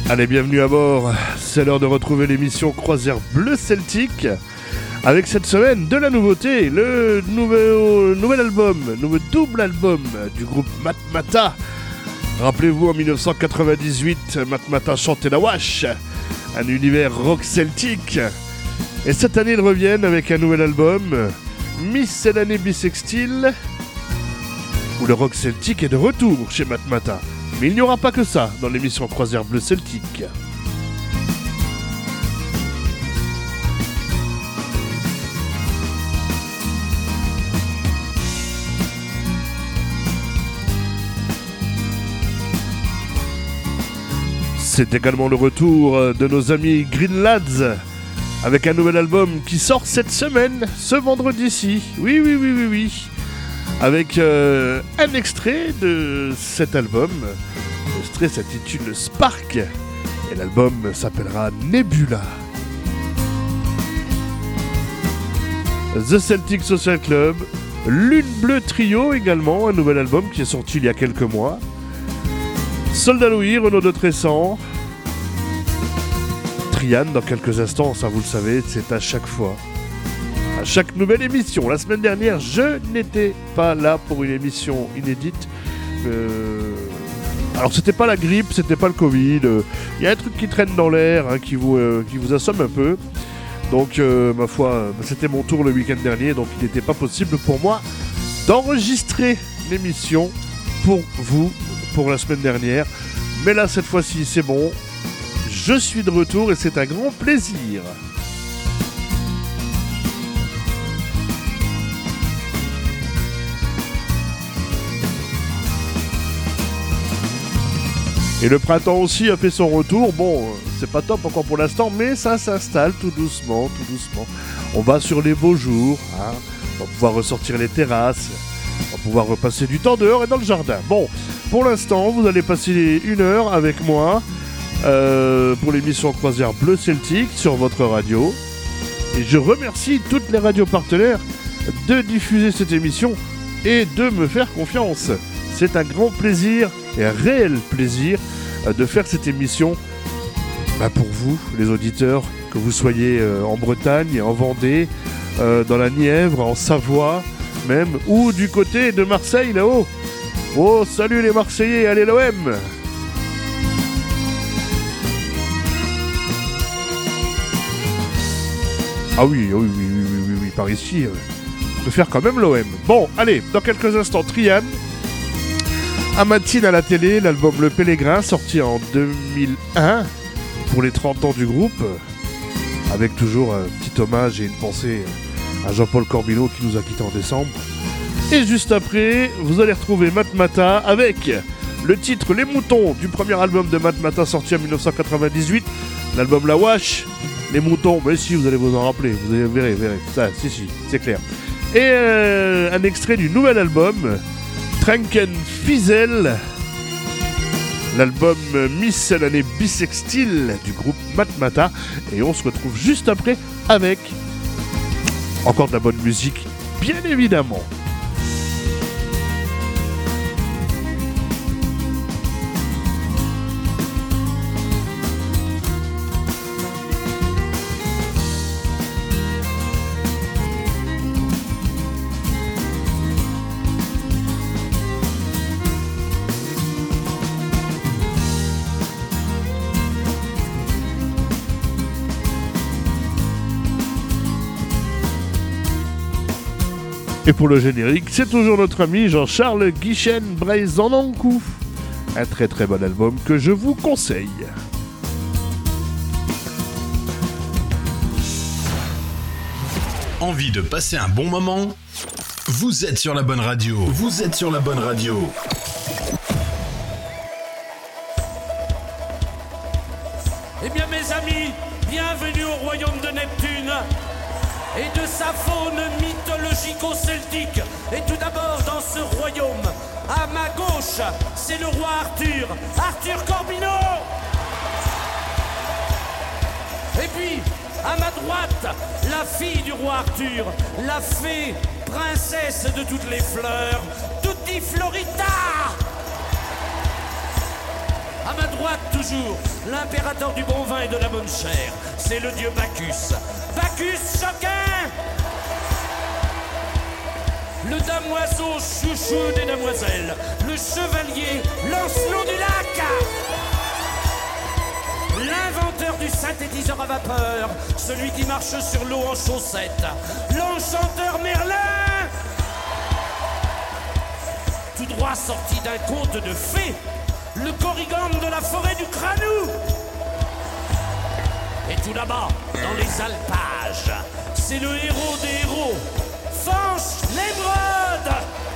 Allez, bienvenue à bord. C'est l'heure de retrouver l'émission Croisière Bleu Celtique. Avec cette semaine de la nouveauté, le nouvel album, nouveau double album du groupe Matmata. Rappelez-vous, en 1998, Matmata chantait la Wash, un univers rock celtique. Et cette année, ils reviennent avec un nouvel album, Miscellanée Bissextile, où le rock celtique est de retour chez Matmata. Mais il n'y aura pas que ça dans l'émission Croisière Bleu Celtique. C'est également le retour de nos amis Green Lads avec un nouvel album qui sort cette semaine, ce vendredi-ci. Oui. Avec un extrait de cet album. L'extrait s'intitule Spark et l'album s'appellera Nebula. The Celtic Social Club, Lune Bleue Trio également, un nouvel album qui est sorti il y a quelques mois. Soldat Louis, Renaud de Tressan, Trian dans quelques instants, ça vous le savez, c'est à chaque fois. À chaque nouvelle émission. La semaine dernière, je n'étais pas là pour une émission inédite. Alors c'était pas la grippe, c'était pas le Covid. Il y a un truc qui traîne dans l'air, qui vous assomme un peu. Donc ma foi, c'était mon tour le week-end dernier, donc il n'était pas possible pour moi d'enregistrer l'émission pour vous pour la semaine dernière. Mais là, cette fois-ci, c'est bon. Je suis de retour et c'est un grand plaisir. Et le printemps aussi a fait son retour. Bon, c'est pas top encore pour l'instant, mais ça s'installe tout doucement. On va sur les beaux jours, hein. On va pouvoir ressortir les terrasses. On va pouvoir repasser du temps dehors et dans le jardin. Bon, pour l'instant, vous allez passer 1 heure avec moi pour l'émission Croisière Bleu Celtique sur votre radio. Et je remercie toutes les radios partenaires de diffuser cette émission et de me faire confiance. C'est un grand plaisir et un réel plaisir de faire cette émission pour vous, les auditeurs, que vous soyez en Bretagne, en Vendée, dans la Nièvre, en Savoie même, ou du côté de Marseille là-haut. Oh, salut les Marseillais, allez l'OM! Ah oui, par ici, on peut faire quand même l'OM. Bon, allez, dans quelques instants, Trian. Amatine à la télé, l'album Le Pèlerin, sorti en 2001 pour les 30 ans du groupe, avec toujours un petit hommage et une pensée à Jean-Paul Corbineau qui nous a quittés en décembre. Et juste après, vous allez retrouver Matmata avec le titre Les Moutons du premier album de Matmata sorti en 1998, l'album La Wash. Les Moutons, mais si, vous allez vous en rappeler, vous verrez, ça, si, c'est clair. Et un extrait du nouvel album, Tranken Fizel, l'album Miscellanée Bissextile du groupe Matmata. Et on se retrouve juste après avec encore de la bonne musique, bien évidemment. Et pour le générique, c'est toujours notre ami Jean-Charles Guichen-Braizanankou. Un très très bon album que je vous conseille. Envie de passer un bon moment? Vous êtes sur la bonne radio. Eh bien mes amis, bienvenue au royaume de Neptune et de sa faune mythologico-celtique. Et tout d'abord dans ce royaume, à ma gauche, c'est le roi Arthur Corbineau. Et puis, à ma droite, la fille du roi Arthur, la fée, princesse de toutes les fleurs, Tutti Florita. À ma droite toujours, l'impérateur du bon vin et de la bonne chair, c'est le dieu Bacchus. Bacchus Choquin, le damoiseau chouchou des damoiselles, le chevalier Lancelot du lac, l'inventeur du synthétiseur à vapeur, celui qui marche sur l'eau en chaussettes, l'enchanteur Merlin, tout droit sorti d'un conte de fées, le corrigane de la forêt du Cranou. Et tout là-bas, dans les alpages, c'est le héros des héros, Fanch Nemrod.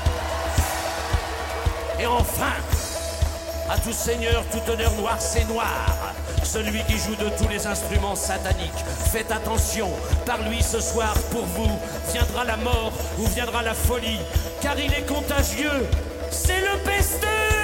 Et enfin, à tout seigneur, tout honneur noir, c'est noir, celui qui joue de tous les instruments sataniques. Faites attention, par lui ce soir, pour vous, viendra la mort ou viendra la folie, car il est contagieux, c'est le pesteux.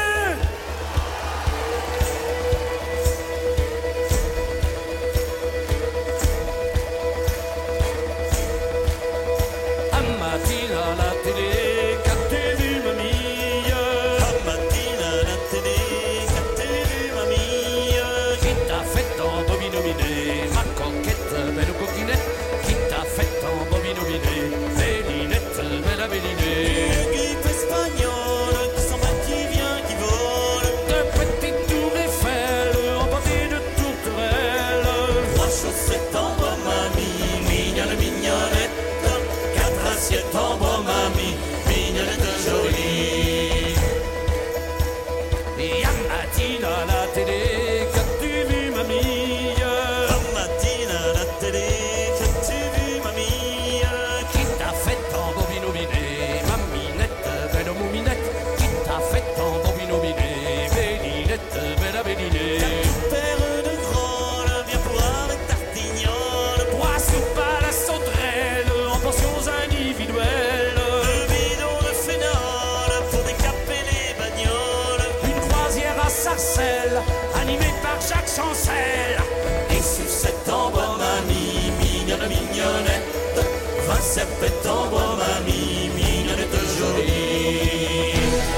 Animé par Jacques Chancel. Et sous cette ombre, mamie, mignonne, mignonnette, 20 septembre, mamie, mignonnette jolie.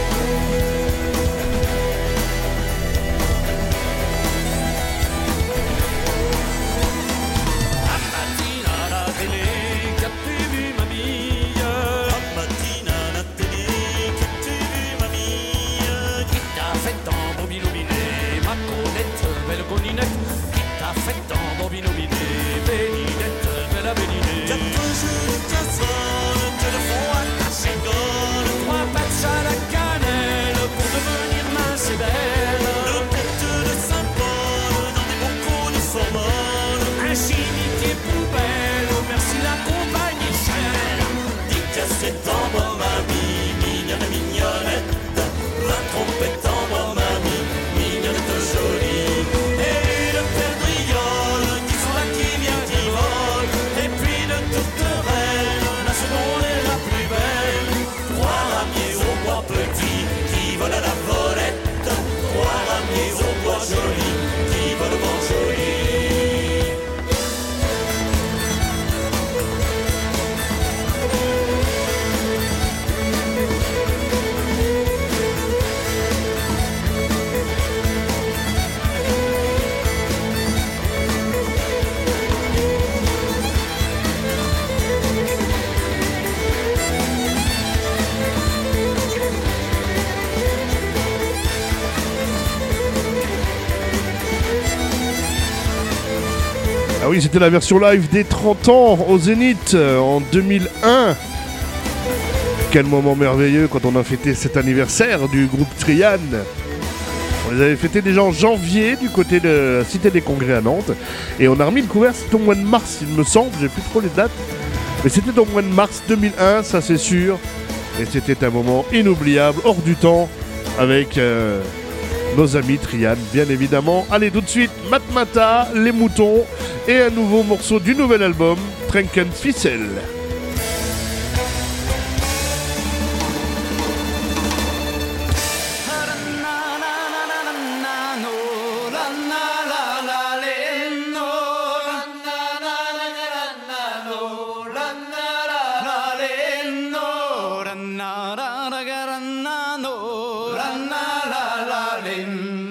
Un matin à la télé, qu'as-tu vu, mamie? Un matin à la télé, qu'as-tu vu, mamie? Qui t'a fait embobiner ma Colette, belle coninette, qui t'a fait embobiner, Béninette, belle Béninette. Quatre jeux de casserole, que le fond à ta chégole, 3 patchs à la cannelle, pour devenir mince et belle. Le tête de Saint-Paul, dans des bocaux de formol, un chimique poubelle, merci la compagnie chère. Dis que c'est en mamie, mignonne, mignonnette, 20 trompettes en mamie, mignonnette jolie. Et le père Briole, qui sont là, qui vient, qui vole. Et puis de toute reine, la seconde est la plus belle. 3 ramiers au bois petit, qui volent à la volette. 3 ramiers au bois joli, qui volent au vent joli. Ah oui, c'était la version live des 30 ans au Zénith en 2001. Quel moment merveilleux quand on a fêté cet anniversaire du groupe Trian. On les avait fêtés déjà en janvier du côté de la Cité des Congrès à Nantes. Et on a remis le couvert, c'était au mois de mars, il me semble, j'ai plus trop les dates. Mais c'était au mois de mars 2001, ça c'est sûr. Et c'était un moment inoubliable, hors du temps, avec nos amis Trian, bien évidemment. Allez, tout de suite, Matmata, Les Moutons, et un nouveau morceau du nouvel album, Frankenficel.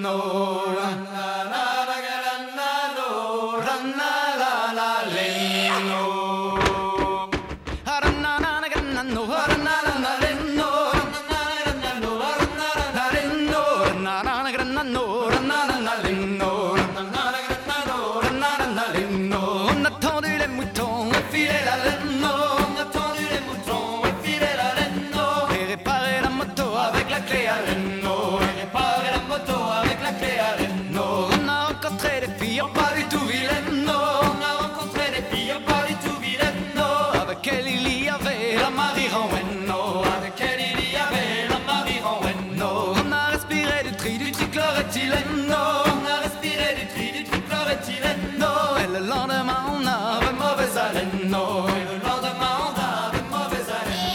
On a tendu les moutons, filé la laine, on a tendu les moutons, filé la laine, et réparé la moto avec la clé à laine, et réparé la moto avec la clé à laine. On a rencontré des filles pas du tout vilaines, on a rencontré des filles pas du tout vilaines, avec elle il y avait la Marie Rowen, avec elle il y avait la Marie Rowen. On a respiré du trichloroéthylène, on a respiré du trichloroéthylène, et le lendemain on avait mauvaise haleine, et le lendemain on avait mauvaise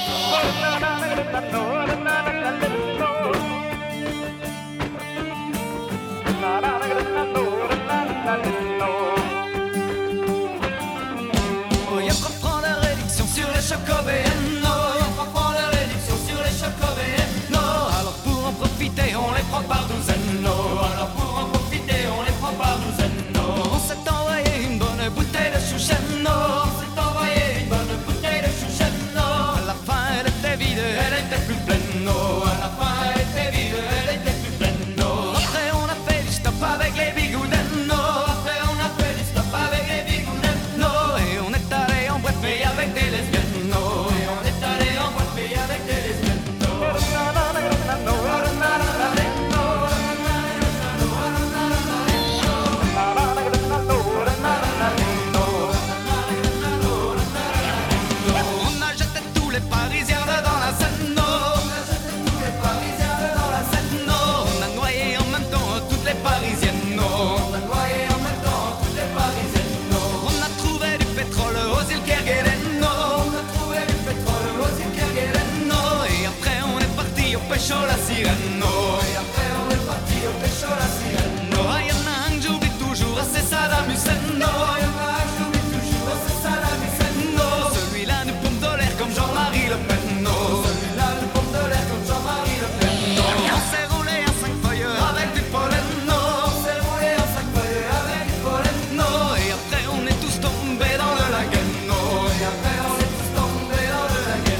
Oh, y'a pas prendre la réduction sur les chocobéennes, y'a pas prendre la réduction sur les chocobéennes, alors pour en profiter on les prend par douzaines, alors pour en profiter on les prend par douzaines. On s'est envoyé une bonne bouteille de chouchen, on s'est envoyé une bonne bouteille de chouchen, à la fin elle était vide, elle était plus pleine, à la fin elle était vide, elle était plus pleine. Après on a fait du stop avec les bigoudens, après on a fait du stop avec les bigoudens, et on est allé en boîte mais avec des lesbiennes, et on est allé en boîte mais avec des lesbiennes. On a jeté tous les Parisiens dans la Seine, on a jeté tous les Parisiens dans la Seine, on a noyé en même temps toutes les Parisiennes, on a noyé en même temps toutes les Parisiennes. On a trouvé du pétrole aux îles Kerguelen, on a trouvé du pétrole aux îles Kerguelen, et après on est parti au pécho la sirène, et après on est parti au pécho la sirène. Y'en a un que j'oublie toujours, c'est Saddam Hussein, y'en a un que j'oublie toujours, c'est Saddam Hussein, celui-là nous pompe de l'air comme Jean-Marie Le Pen, celui-là nous pompe de l'air comme Jean-Marie Le Pen. On s'est roulé en 5 feuilles avec du pollen, on s'est roulé en 5 feuilles avec du pollen, et après on est tous tombés dans le lagen, et après on est tous tombés dans le lagen.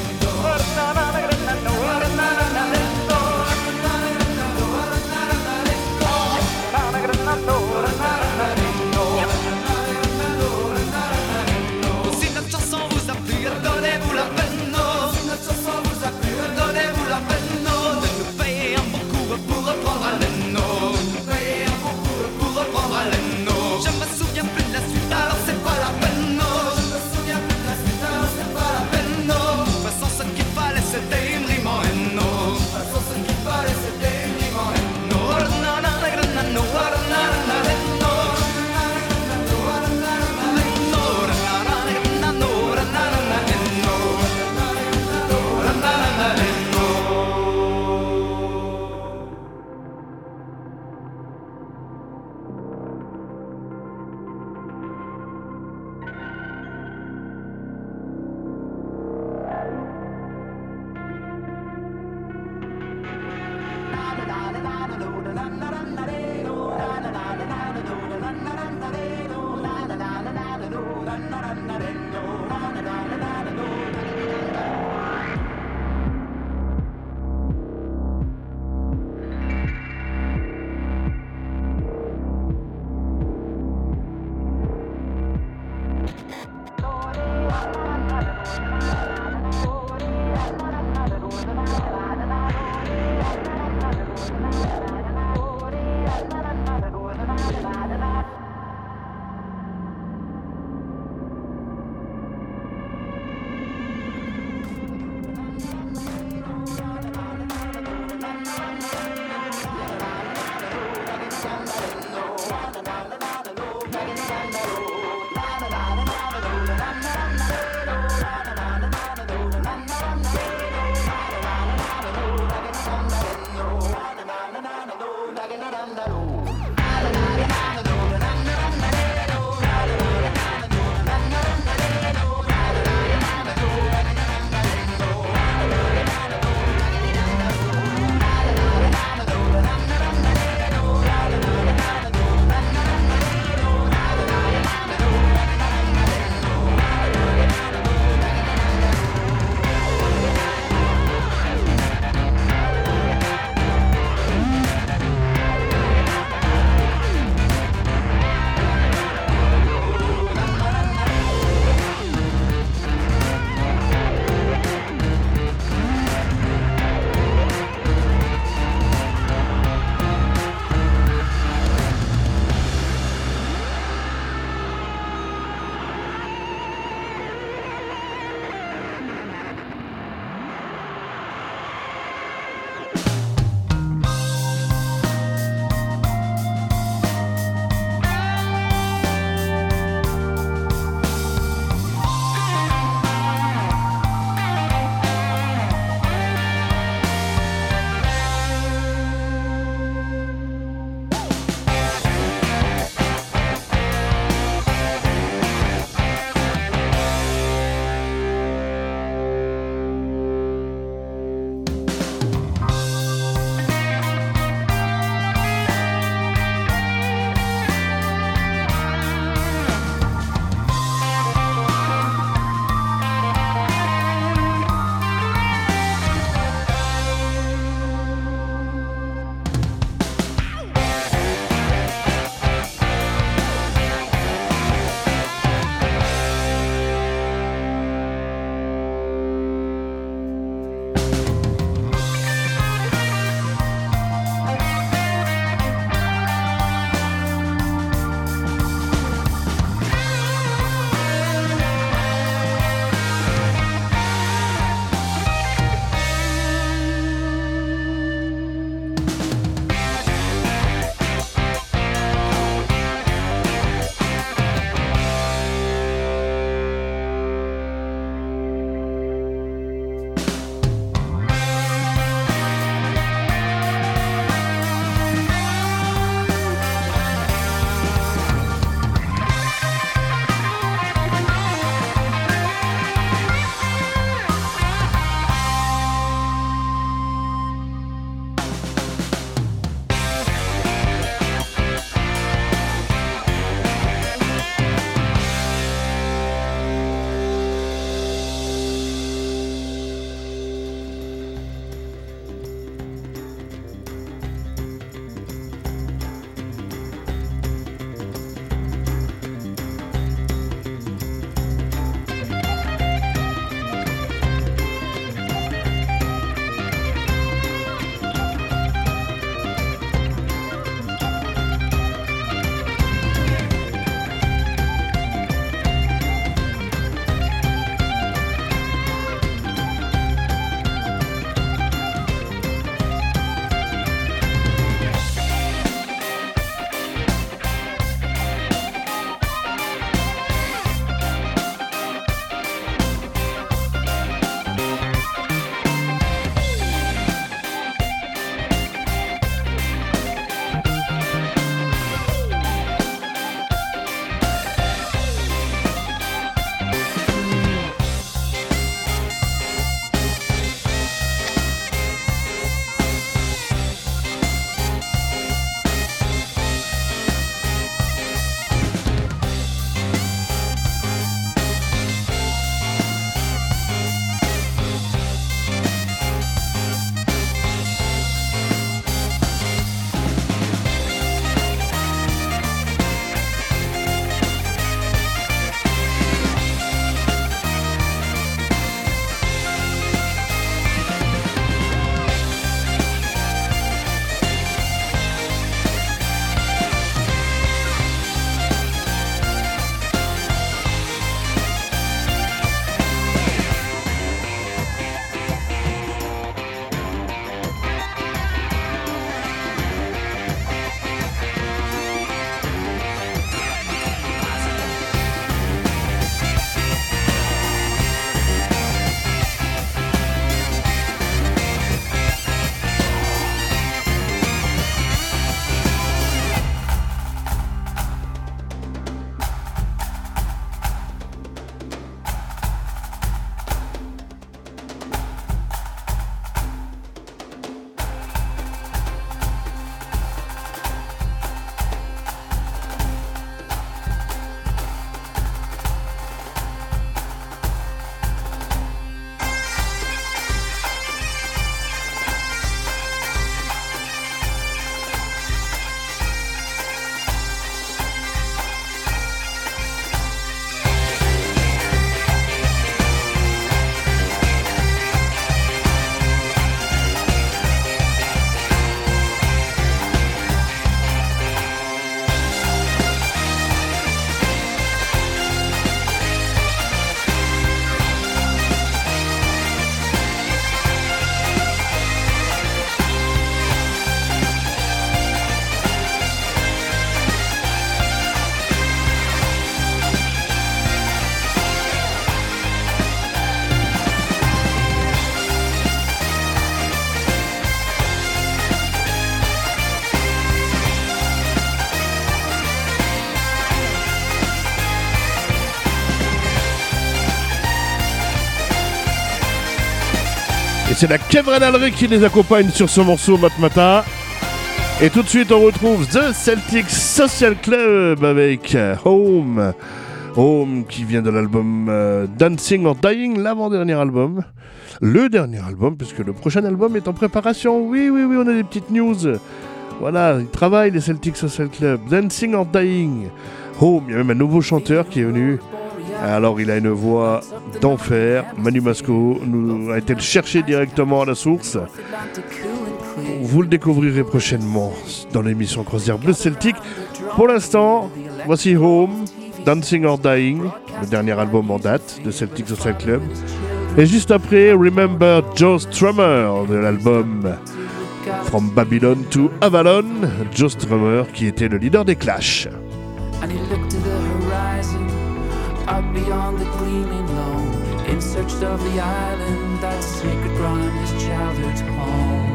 C'est la Kevin Alry qui les accompagne sur ce morceau Matmata. Et tout de suite, on retrouve The Celtic Social Club avec Home. Home qui vient de l'album Dancing or Dying, l'avant-dernier album. Le dernier album, puisque le prochain album est en préparation. Oui, on a des petites news. Voilà, ils travaillent, les Celtic Social Club. Dancing or Dying. Home, il y a même un nouveau chanteur qui est venu. Alors, il a une voix d'enfer. Manu Masco a été le chercher directement à la source. Vous le découvrirez prochainement dans l'émission Croisière Bleu Celtic. Pour l'instant, voici Home, Dancing or Dying, le dernier album en date de Celtic Social Club. Et juste après, Remember Joe Strummer de l'album From Babylon to Avalon. Joe Strummer qui était le leader des Clash. And he looked to the horizon, out beyond the gleaming loam, in search of the island, that sacred ground, his childhood's home.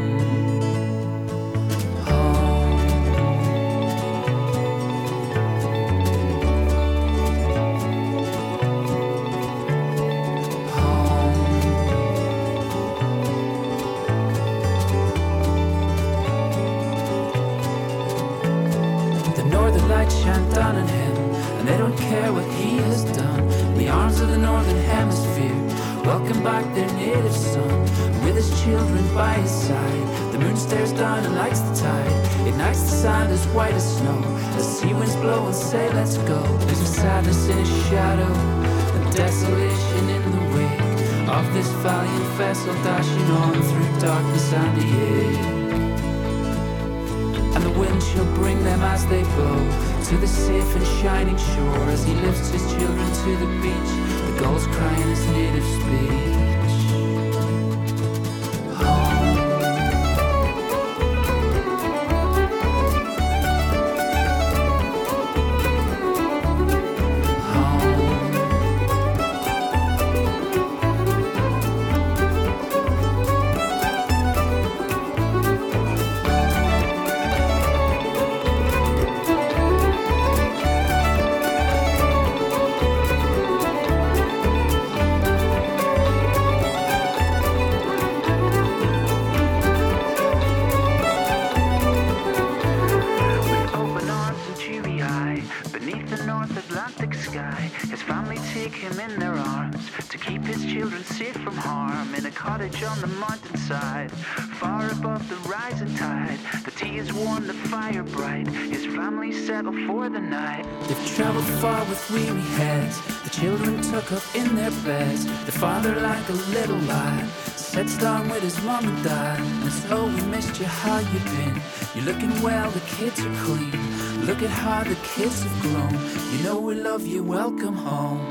Shine down on him, and they don't care what he has done. In the arms of the northern hemisphere, welcome back their native son. With his children by his side, the moon stares down and lights the tide, ignites the sand as white as snow. The sea winds blow and say let's go. There's a sadness in his shadow, and desolation in the wake of this valiant vessel dashing on through darkness and the air. And the wind shall bring them as they blow to the safe and shining shore, as he lifts his children to the beach, the gulls cry in his native speech. Up in their beds, the father like a little lad sits down with his mom and dad and says, oh, we missed you, how you been? You're looking well, the kids are clean. Look at how the kids have grown. You know we love you, welcome home.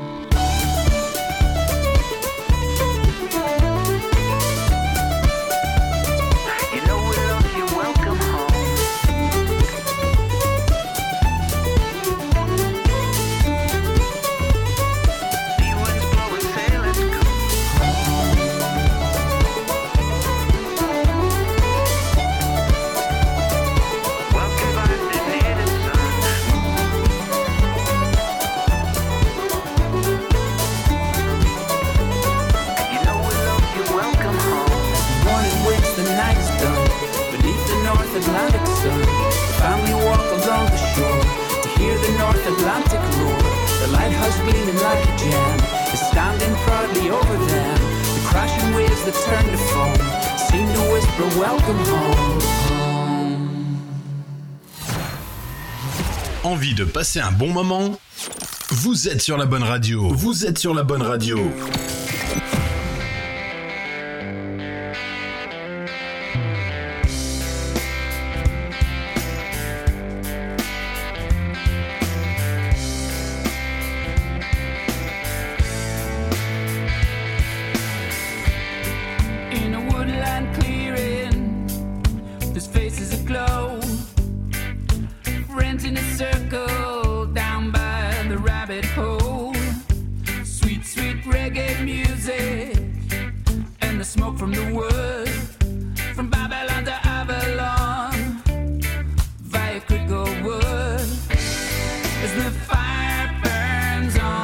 Envie de passer un bon moment? Vous êtes sur la bonne radio. Vous êtes sur la bonne radio.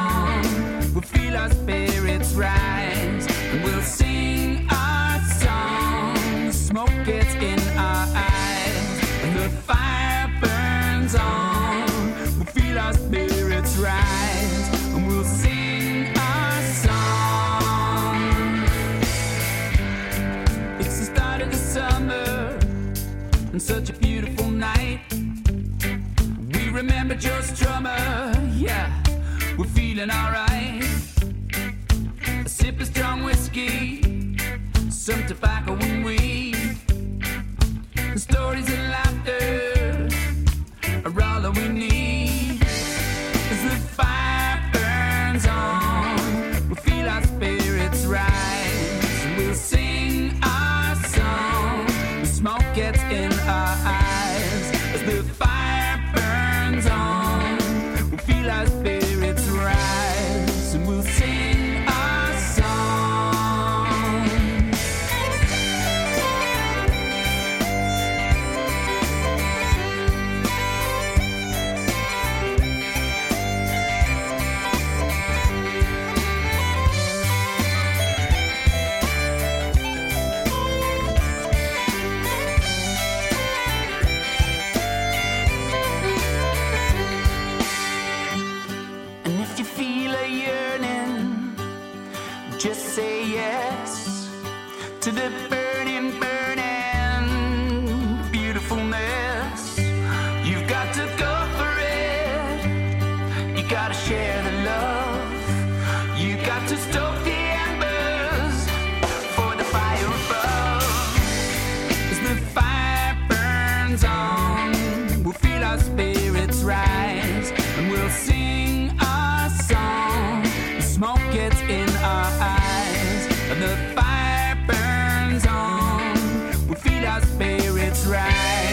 Our spirits rise, and we'll sing our song. on such a beautiful night. We remembered your strummer, yeah, we're feeling alright. A sip of strong whiskey, some tobacco and weed, and stories and laughter are all that we need. As the fire burns on, we feel our spirits rise, and we'll sing our song. The smoke gets in our eyes. As the fire burns on, we feel our spirits rise, and we'll sing our song. And if you feel a yearning, just say yes to the burning, burning beautifulness. You've got to go for it. You gotta share the love. You got to stoke the embers for the fire above. As the fire burns on, we'll feel our spirits rise, and we'll sing our song. The smoke gets in our eyes, and the fire burns on, we'll feel our spirits rise.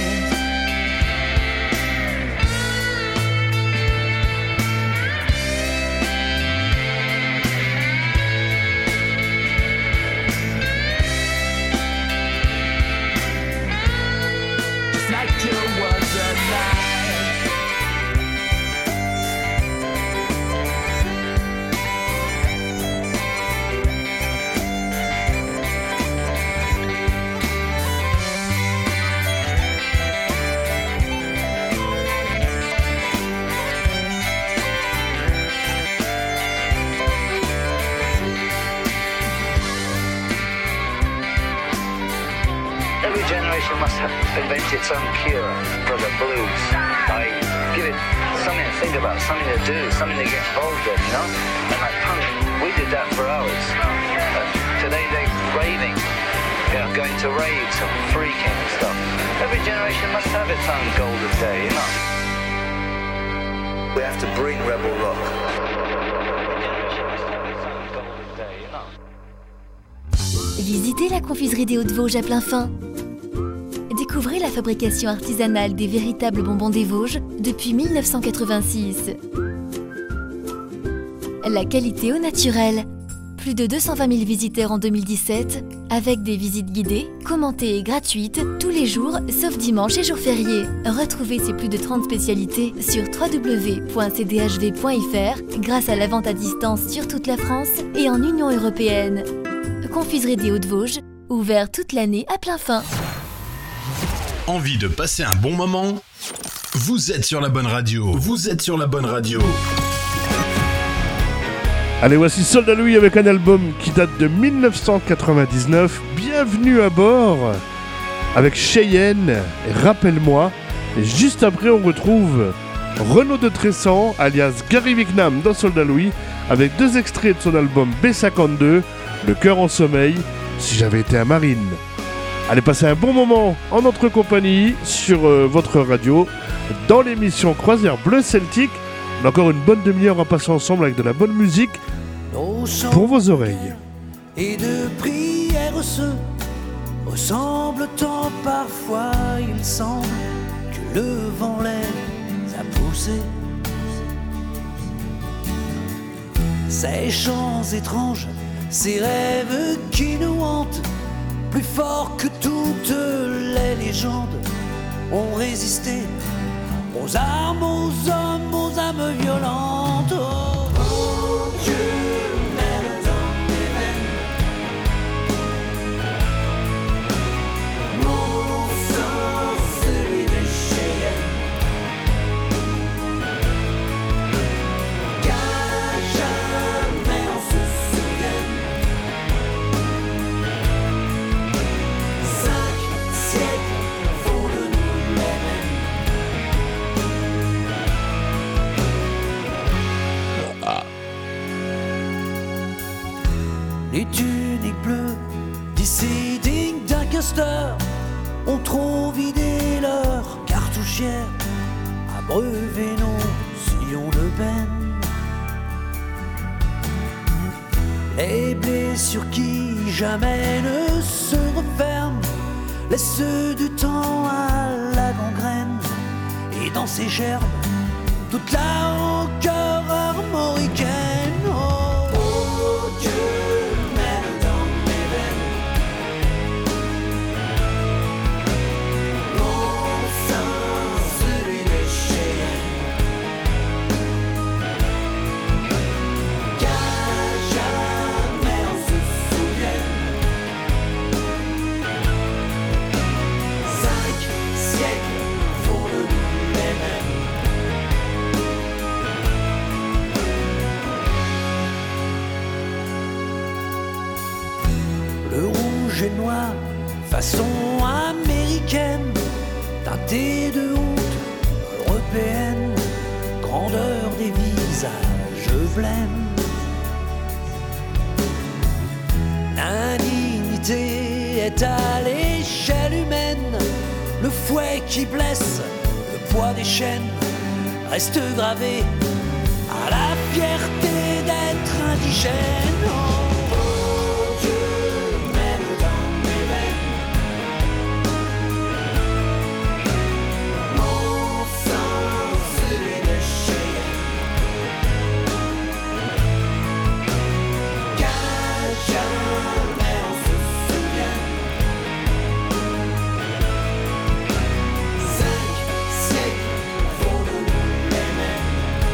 Just like you was alive. Every generation must have invent its own cure for the blues. Give it something to think about, something to do, something to get involved in, you know? And like punk, we did that for hours. Today they're raving, you know, going to raves and freaking and stuff. Every generation must have its own golden day, you know? We have to bring rebel rock. Every generation must have its own golden day, you know? Visitez la confiserie des Hauts-de-Vosges à plein fin. Découvrez la fabrication artisanale des véritables bonbons des Vosges depuis 1986. La qualité au naturel. Plus de 220 000 visiteurs en 2017, avec des visites guidées, commentées et gratuites, tous les jours, sauf dimanche et jours fériés. Retrouvez ces plus de 30 spécialités sur www.cdhv.fr grâce à la vente à distance sur toute la France et en Union européenne. Confiserie des Hauts-de-Vosges, ouvert toute l'année à plein fin. Envie de passer un bon moment? Vous êtes sur la bonne radio. Vous êtes sur la bonne radio. Allez, voici Soldat Louis avec un album qui date de 1999. Bienvenue à bord avec Cheyenne et Rappelle-moi. Et juste après, on retrouve Renaud de Tressan, alias Gary Wicknam dans Soldat Louis, avec 2 extraits de son album B52, Le cœur en sommeil, Si j'avais été un marine. Allez, passez un bon moment en notre compagnie sur votre radio dans l'émission Croisière Bleu Celtique. On a encore une bonne demi-heure à passer ensemble avec de la bonne musique pour vos oreilles. Et de prières se ressemblent tant parfois, il semble que le vent les a poussés. Ces chants étranges, ces rêves qui nous hantent, plus fort que toutes les légendes, ont résisté aux armes, aux hommes, aux âmes violentes. Oh Dieu, mène dans mes veines mon sang, celui des Cheyennes, qu'à jamais on se souvienne. 5 siècles font de nous pour vider leur cartouchière, abreuver nos sillons de peine. Les blessures qui jamais ne se referment laissent du temps à la gangrène. Et dans ces gerbes, toute la rancœur armoricaine. Oh Dieu, mène dans mes veines mon sang, celui des chiennes, car jamais on se souvienne. 5 siècles font de nous les mêmes. Le rouge et noir, façon américaine, teinté de honte européenne, grandeur des visages blêmes. L'indignité est à l'échelle humaine, le fouet qui blesse, le poids des chaînes, reste gravé à la fierté d'être indigène. Oh Dieu, mène dans mes veines mon sang, celui des chiennes, car jamais on se souvient. 5 siècles font de nous les mêmes.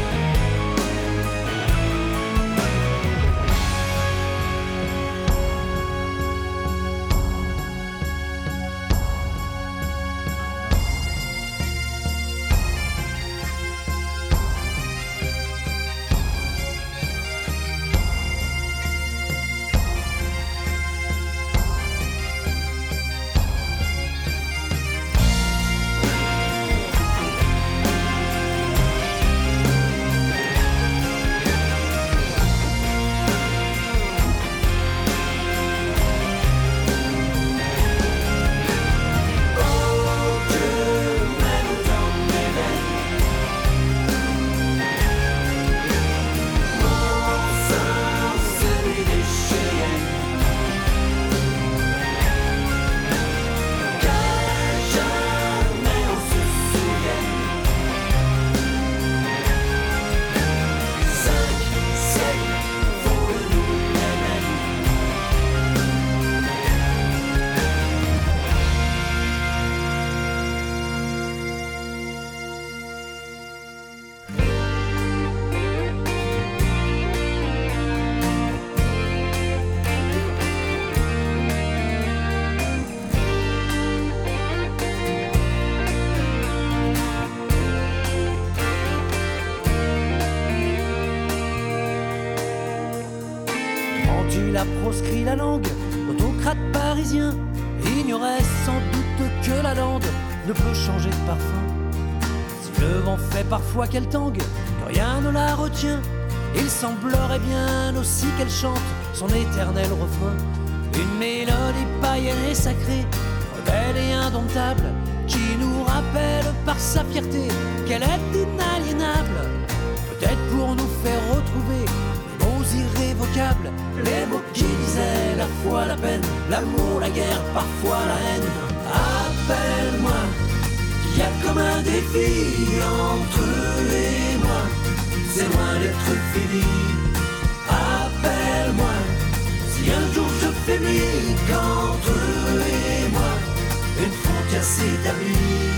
Tu l'as proscrit la langue, l'autocrate parisien ignorait sans doute que la lande ne peut changer de parfum. Si le vent fait parfois qu'elle tangue, que rien ne la retient, il semblerait bien aussi qu'elle chante son éternel refrain. Une mélodie païenne et sacrée, rebelle et indomptable, qui nous rappelle par sa fierté qu'elle est inaliénable. Peut-être pour nous faire retrouver les mots irrévocables, les mots qui disaient la foi, la peine, l'amour, la guerre, parfois la haine. Appelle-moi, qu'il y a comme un défi entre eux et moi, c'est loin d'être fini. Appelle-moi, si un jour je faiblis, qu'entre eux et moi, une frontière s'établit.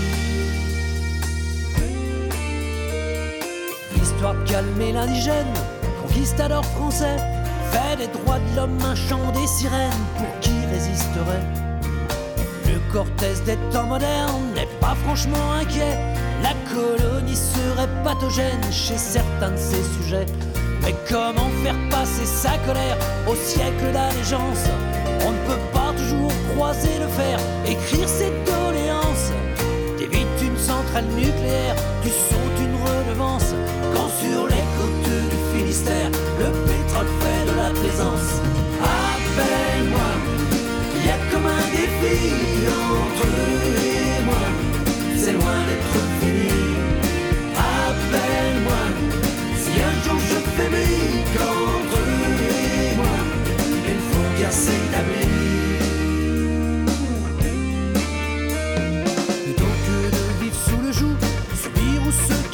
Histoire de calmer l'indigène, conquistador français, fait des droits de l'homme un chant des sirènes pour qui résisterait. Le Cortez des temps modernes n'est pas franchement inquiet, la colonie serait pathogène chez certains de ses sujets. Mais comment faire passer sa colère au siècle d'allégeance? On ne peut pas toujours croiser le fer, écrire ses doléances. T'évites une centrale nucléaire, tu sautes une redevance, quand sur les côtes du Finistère, le pétrole fait de la plaisance. Appelle-moi, il y a comme un défi entre eux et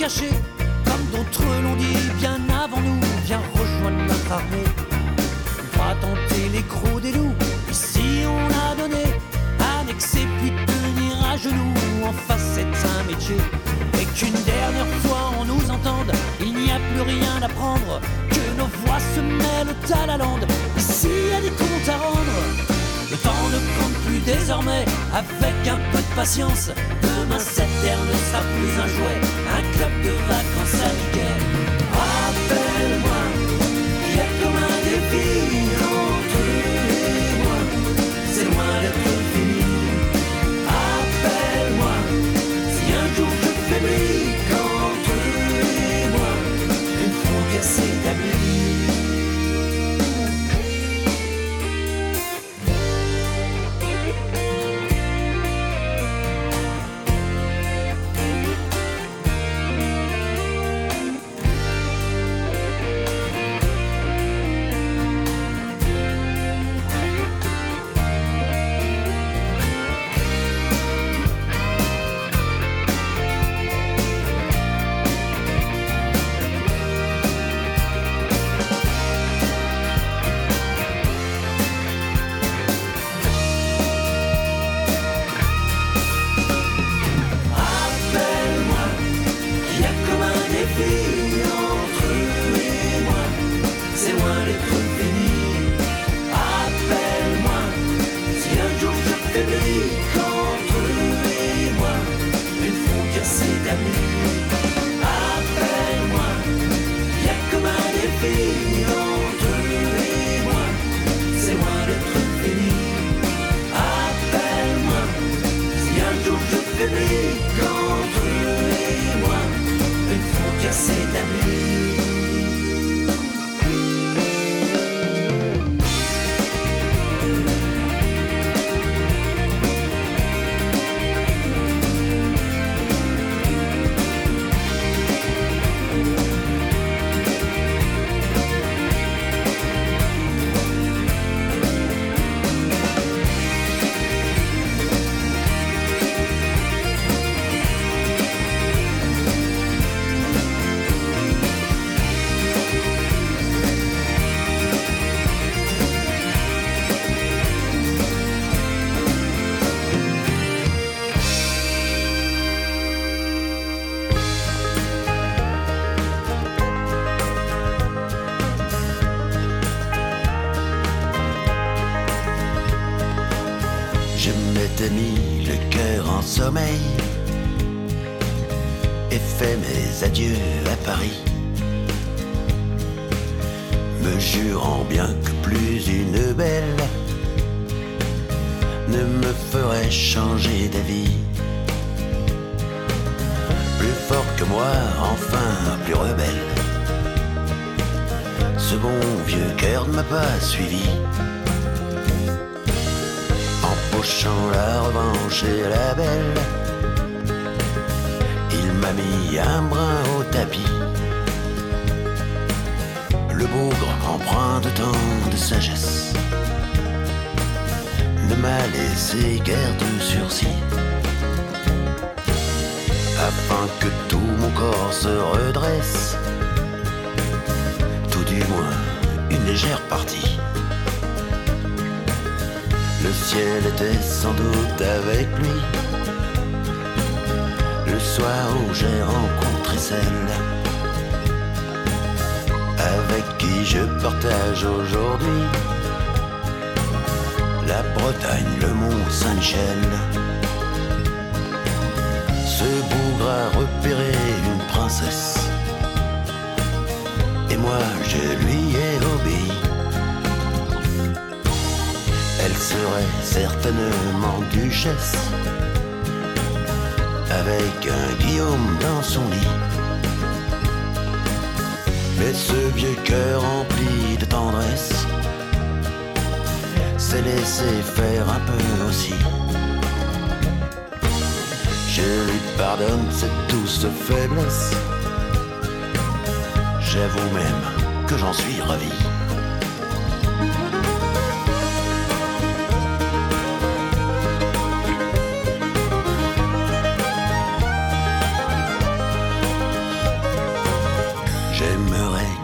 cacher, comme d'autres l'ont dit bien avant nous. Viens rejoindre notre armée, on va tenter l'écrou des loups. Ici on a donné, annexé puis tenir à genoux. En face c'est un métier, et qu'une dernière fois on nous entende. Il n'y a plus rien à prendre, que nos voix se mêlent à la lande. Ici y a des comptes à rendre, le temps ne compte plus désormais. Avec un peu de patience, demain cette terre ne sera plus un jouet, un club de vacances à Mickey. Rappelle-moi qu'il y a comme un défi entre eux et moi, c'est loin d'être fini. Appelle-moi si un jour je faiblis, qu'entre eux et moi une frontière s'établit. m'étais mis le cœur en sommeil et fait mes adieux à Paris, me jurant bien que plus une belle ne me ferait changer d'avis. Plus fort que moi, enfin plus rebelle, ce bon vieux cœur ne m'a pas suivi. Empochant la revanche et la belle, il m'a mis un brin au tapis. Le bougre, empreint de tant de sagesse, ne m'a laissé guère de sursis. Afin que tout mon corps se redresse, tout du moins une légère partie. Le ciel était sans doute avec lui, le soir où j'ai rencontré celle avec qui je partage aujourd'hui la Bretagne, le Mont Saint-Michel. Ce bougre a repéré une princesse, et moi je lui ai obéi. Elle serait certainement duchesse, avec un Guillaume dans son lit. Mais ce vieux cœur rempli de tendresse s'est laissé faire un peu aussi. Je lui pardonne cette douce faiblesse, j'avoue même que j'en suis ravi.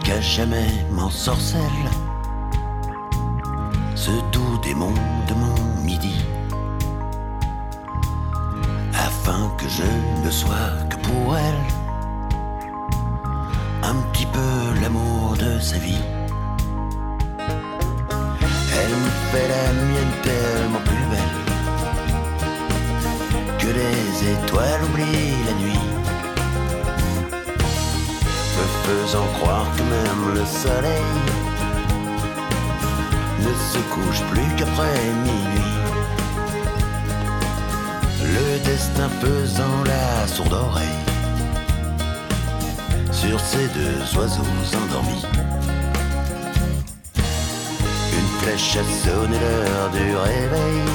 qu'à jamais m'ensorcelle. Ce doux démon de mon midi, afin que je ne sois que pour elle un petit peu l'amour de sa vie. Elle me fait la mienne tellement plus belle que les étoiles oublient la nuit, me faisant croire que même le soleil ne se couche plus qu'après minuit. Le destin pesant la sourde oreille sur ces deux oiseaux endormis. Une flèche a sonné l'heure du réveil,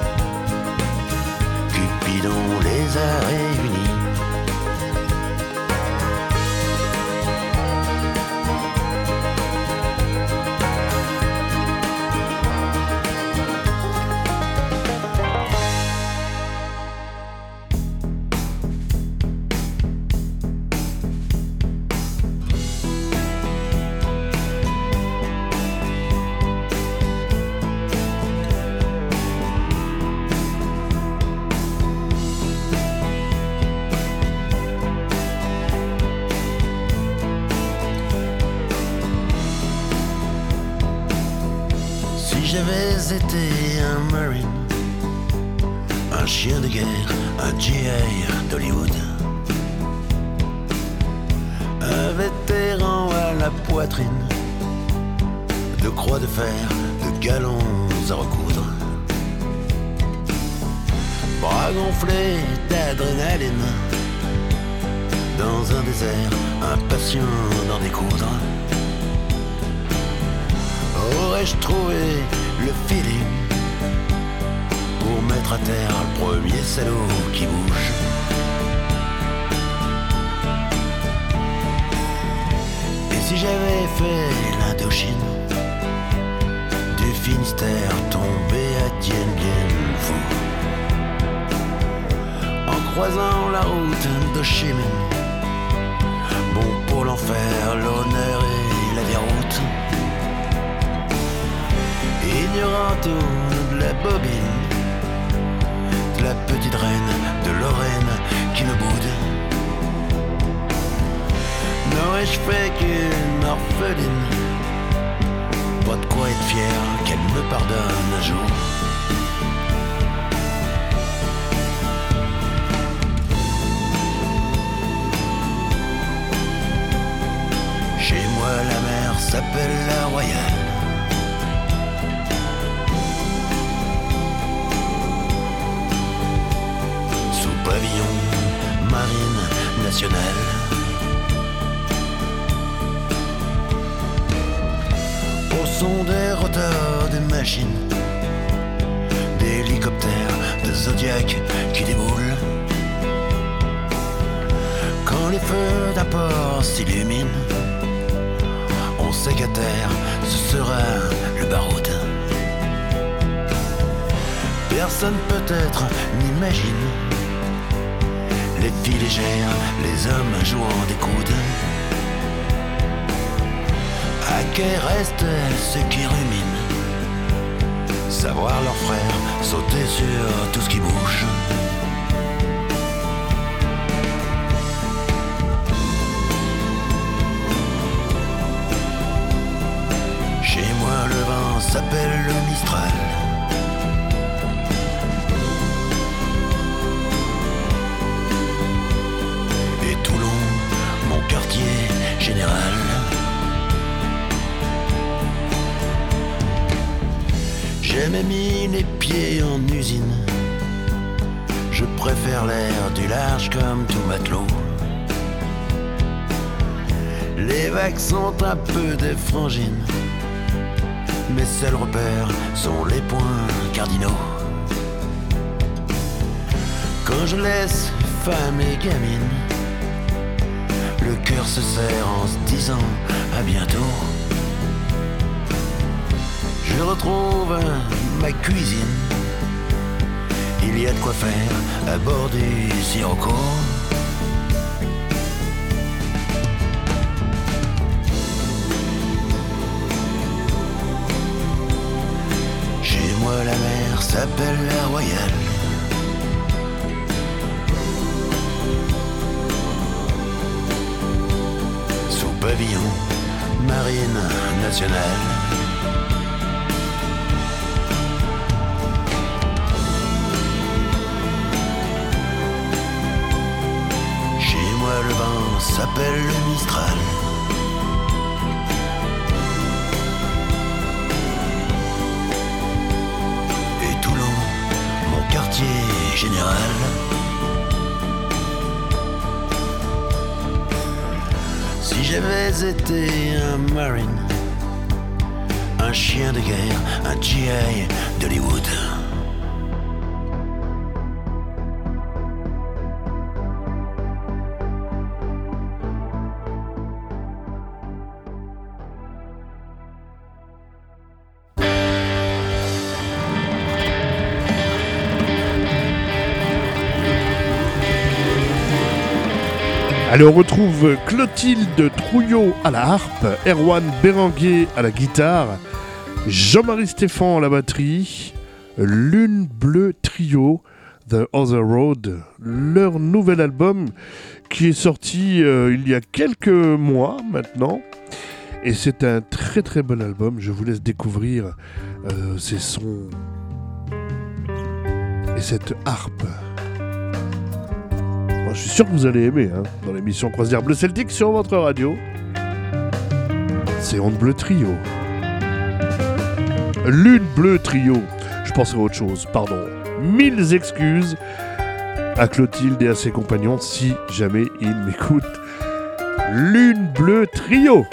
Cupidon les a réunis. J'avais été un Marine, un chien de guerre, un GI d'Hollywood, un vétéran à la poitrine, de croix de fer, de galons à recoudre, bras gonflés d'adrénaline, dans un désert, impatient d'en découdre. Aurais-je trouvé le feeling pour mettre à terre le premier salaud qui bouge? Et si j'avais fait l'Indochine, du Finistère tombé à Dien Bien Phu, en croisant la route de Chi Minh, bon pour l'enfer, l'honneur et la déroute, ignorant tout de la bobine, de la petite reine de Lorraine qui me boude. N'aurais-je fait qu'une orpheline, pas de quoi être fier qu'elle me pardonne un jour. Chez moi la mer s'appelle la Royale, pavillon marine nationale. Au son des rotors des machines, d'hélicoptères, de Zodiac qui déboulent, quand les feux d'un port s'illuminent, on sait qu'à terre ce sera le baroud. Personne peut-être n'imagine les filles légères, les hommes jouant des coudes. À quai reste ceux qui ruminent, savoir leurs frères sauter sur tout ce qui bouge. Chez moi le vent s'appelle le Mistral, quartier général. J'ai même mis les pieds en usine, je préfère l'air du large comme tout matelot. Les vagues sont un peu des frangines, mes seuls repères sont les points cardinaux. Quand je laisse femme et gamine, le cœur se serre en se disant à bientôt. Je retrouve ma cuisine, il y a de quoi faire à bord du Sirocco. pavillon, marine nationale. Chez moi le vent s'appelle le Mistral. Et Toulon, mon quartier général. Si j'avais été un marine, un chien de guerre, un GI d'Hollywood. Allez, on retrouve Clotilde Trouillot à la harpe, Erwan Béranguer à la guitare, Jean-Marie Stéphan à la batterie, Lune Bleue Trio, The Other Road, leur nouvel album qui est sorti il y a quelques mois maintenant. Et c'est un très très bon album, je vous laisse découvrir ces sons et cette harpe. Je suis sûr que vous allez aimer, dans l'émission Croisière Bleu Celtique sur votre radio. C'est Onde Bleu Trio. Lune Bleue Trio. Je pensais à autre chose, pardon. 1000 excuses à Clotilde et à ses compagnons si jamais ils m'écoutent. Lune Bleue Trio.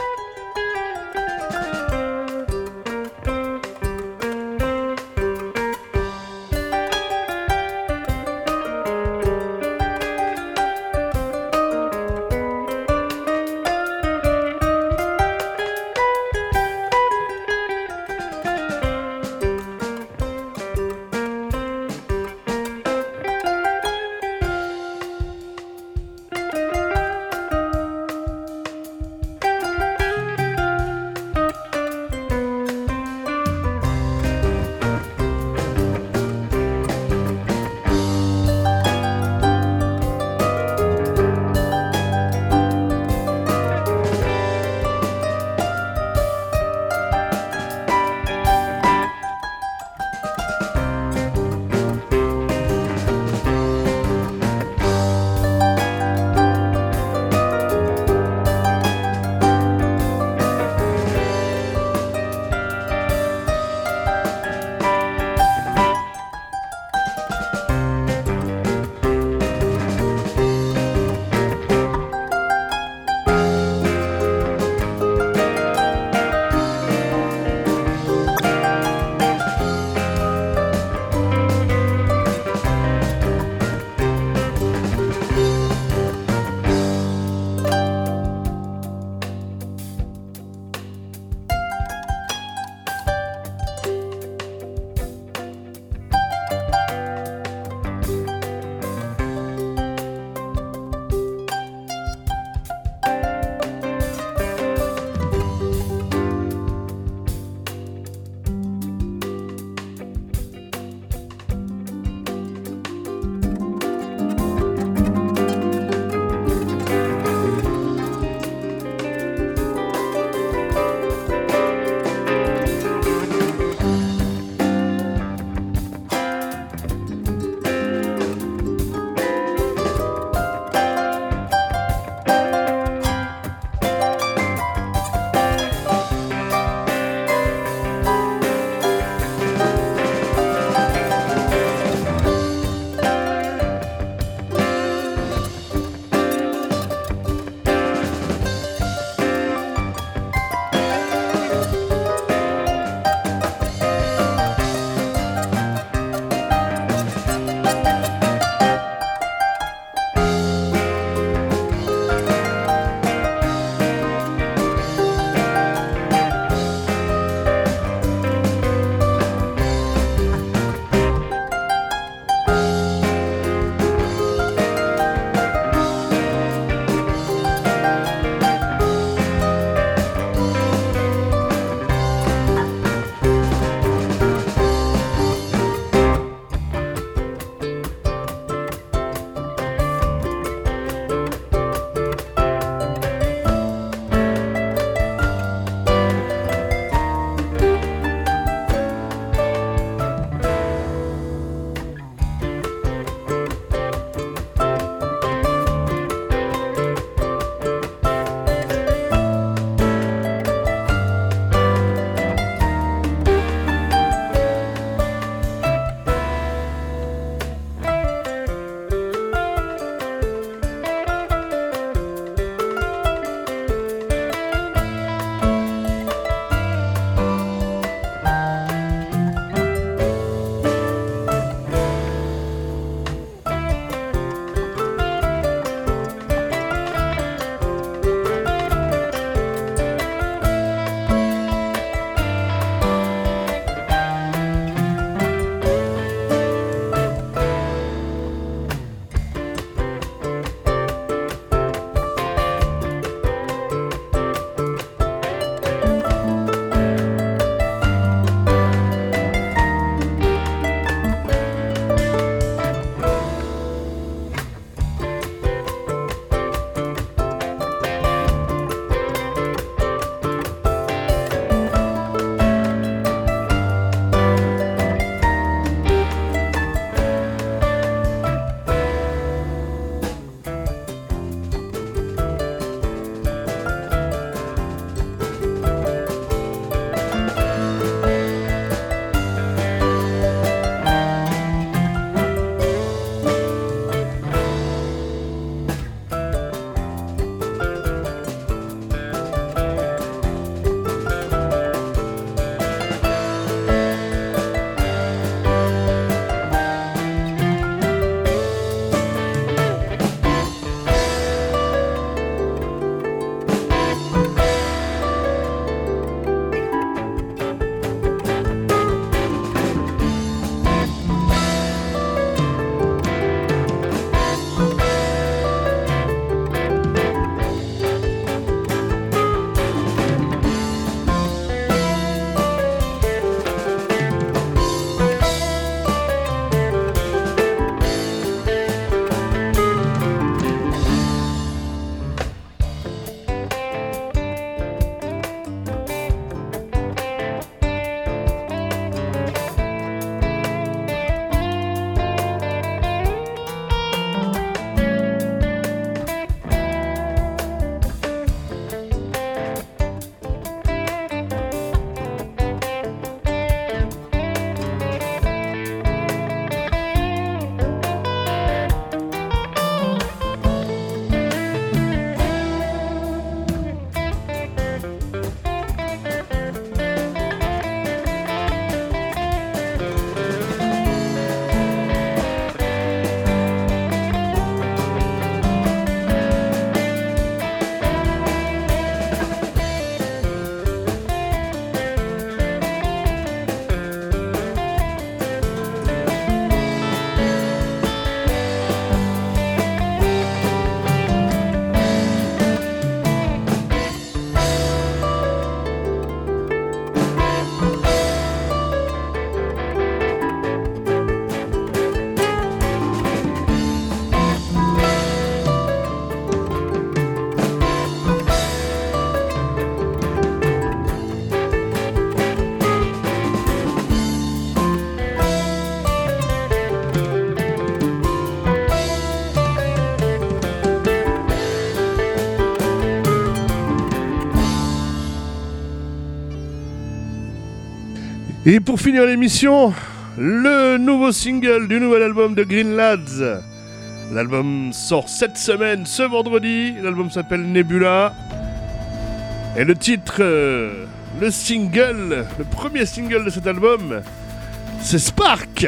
Et pour finir l'émission, le nouveau single du nouvel album de Green Lads. L'album sort cette semaine, ce vendredi. L'album s'appelle Nebula. Et le titre, le single, le premier single de cet album, c'est Spark.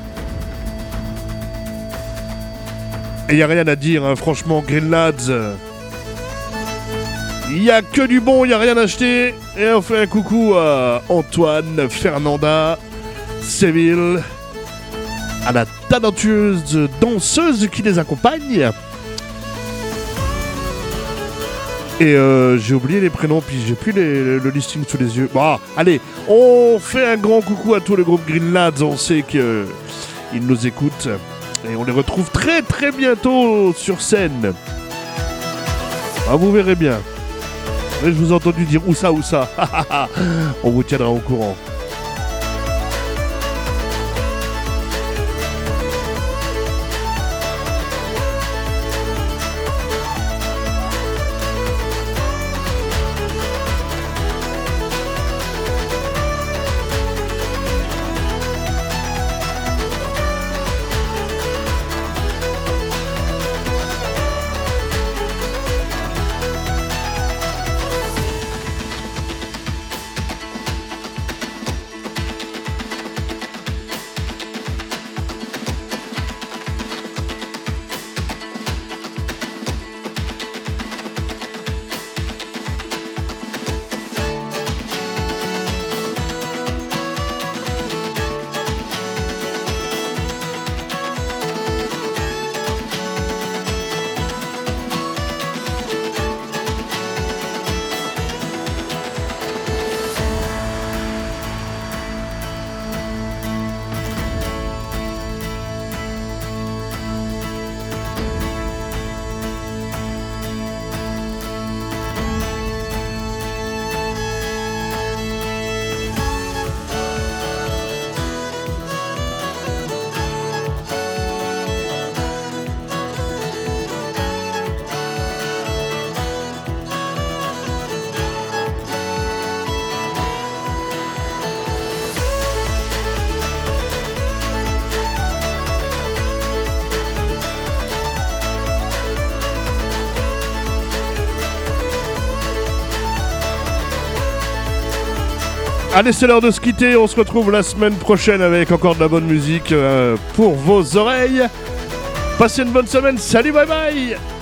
Et y a rien à dire, hein, franchement, Green Lads. Il y a que du bon, il y a rien à acheter. Et on fait un coucou à Antoine, Fernanda, Séville, à la talentueuse danseuse qui les accompagne. Et j'ai oublié les prénoms, puis j'ai plus le listing sous les yeux. Bon, allez, on fait un grand coucou à tout le groupe Green Lads. On sait qu'ils nous écoutent. Et on les retrouve très très bientôt sur scène. Ah, vous verrez bien. Je vous ai entendu dire où ça. On vous tiendra au courant. Allez, c'est l'heure de se quitter. On se retrouve la semaine prochaine avec encore de la bonne musique pour vos oreilles. Passez une bonne semaine. Salut, bye bye.